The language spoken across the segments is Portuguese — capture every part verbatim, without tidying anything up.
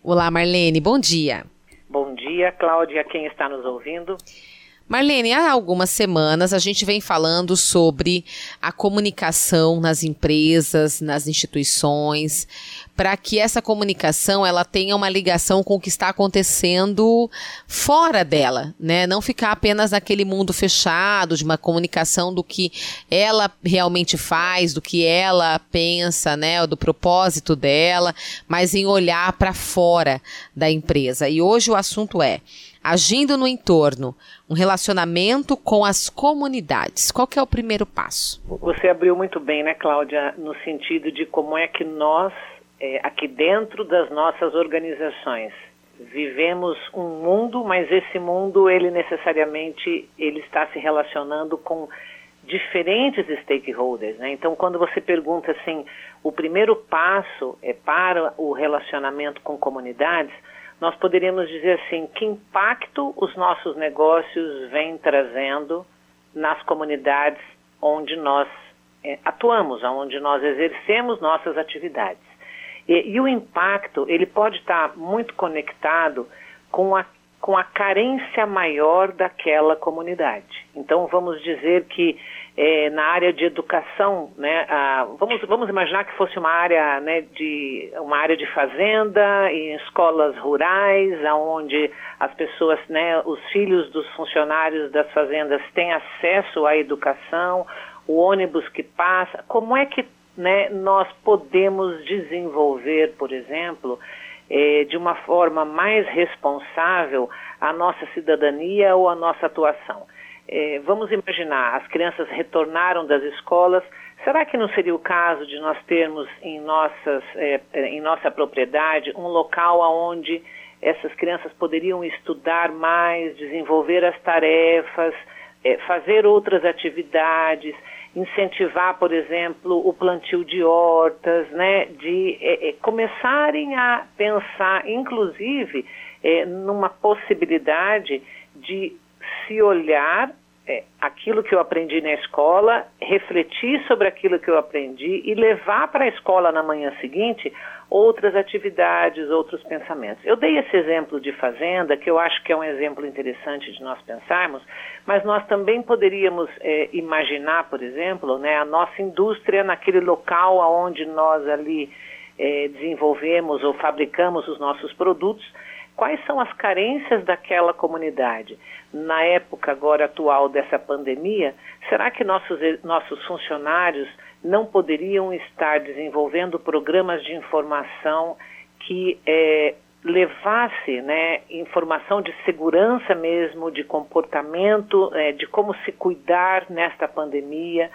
Olá, Marlene, bom dia. Bom dia, Cláudia, quem está nos ouvindo? Marlene, há algumas semanas a gente vem falando sobre a comunicação nas empresas, nas instituições, para que essa comunicação ela tenha uma ligação com o que está acontecendo fora dela, né? Não ficar apenas naquele mundo fechado de uma comunicação do que ela realmente faz, do que ela pensa, né? Do propósito dela, mas em olhar para fora da empresa. E hoje o assunto é agindo no entorno, um relacionamento com as comunidades. Qual que é o primeiro passo? Você abriu muito bem, né, Cláudia, no sentido de como é que nós, é, aqui dentro das nossas organizações, vivemos um mundo, mas esse mundo, ele necessariamente, ele está se relacionando com diferentes stakeholders, né? Então, quando você pergunta assim, o primeiro passo é para o relacionamento com comunidades, nós poderíamos dizer assim, que impacto os nossos negócios vêm trazendo nas comunidades onde nós é, atuamos, onde nós exercemos nossas atividades. E, e o impacto, ele pode estar muito conectado com a, com a carência maior daquela comunidade. Então, vamos dizer que É, na área de educação, né, ah, vamos, vamos imaginar que fosse uma área, né, de, uma área de fazenda, em escolas rurais, onde as pessoas, né, os filhos dos funcionários das fazendas têm acesso à educação, o ônibus que passa. Como é que, né, nós podemos desenvolver, por exemplo, eh, de uma forma mais responsável a nossa cidadania ou a nossa atuação? É, vamos imaginar, as crianças retornaram das escolas, será que não seria o caso de nós termos em, nossas, é, em nossa propriedade um local onde essas crianças poderiam estudar mais, desenvolver as tarefas, é, fazer outras atividades, incentivar, por exemplo, o plantio de hortas, né, de é, é, começarem a pensar, inclusive, é, numa possibilidade de se olhar é, aquilo que eu aprendi na escola, refletir sobre aquilo que eu aprendi e levar para a escola na manhã seguinte outras atividades, outros pensamentos. Eu dei esse exemplo de fazenda, que eu acho que é um exemplo interessante de nós pensarmos, mas nós também poderíamos é, imaginar, por exemplo, né, a nossa indústria naquele local onde nós ali é, desenvolvemos ou fabricamos os nossos produtos. Quais são as carências daquela comunidade? Na época agora atual dessa pandemia, será que nossos, nossos funcionários não poderiam estar desenvolvendo programas de informação que é, levasse, né, informação de segurança mesmo, de comportamento, é, de como se cuidar nesta pandemia?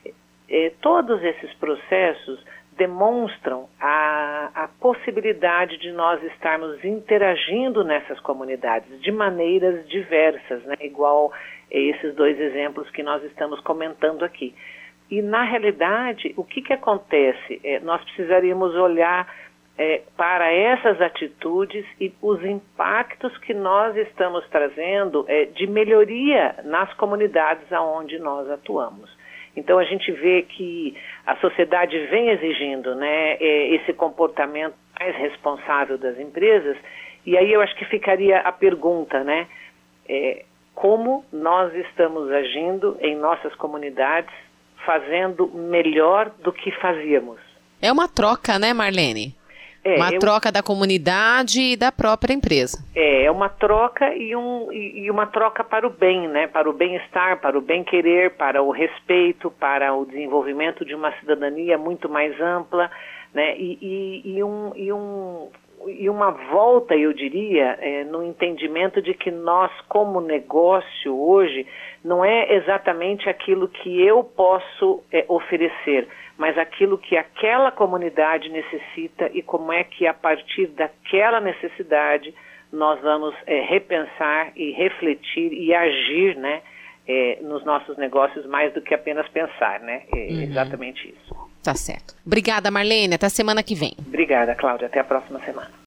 É, todos esses processos demonstram a, a possibilidade de nós estarmos interagindo nessas comunidades de maneiras diversas, né? Igual esses dois exemplos que nós estamos comentando aqui. E, na realidade, o que, que acontece? É, nós precisaríamos olhar é, para essas atitudes e os impactos que nós estamos trazendo é, de melhoria nas comunidades aonde nós atuamos. Então, a gente vê que a sociedade vem exigindo, né, esse comportamento mais responsável das empresas, e aí eu acho que ficaria a pergunta, né, é, como nós estamos agindo em nossas comunidades, fazendo melhor do que fazíamos. É uma troca, né, Marlene? É, uma eu, troca da comunidade e da própria empresa. É, é uma troca e, um, e, e uma troca para o bem, né? Para o bem-estar, para o bem-querer, para o respeito, para o desenvolvimento de uma cidadania muito mais ampla, né? E, e, e, um, e, um, e uma volta, eu diria, é, no entendimento de que nós, como negócio hoje, não é exatamente aquilo que eu posso é, oferecer, mas aquilo que aquela comunidade necessita e como é que a partir daquela necessidade nós vamos é, repensar e refletir e agir, né, é, nos nossos negócios mais do que apenas pensar, né? É uhum. Exatamente isso. Tá certo. Obrigada, Marlene. Até a semana que vem. Obrigada, Cláudia. Até a próxima semana.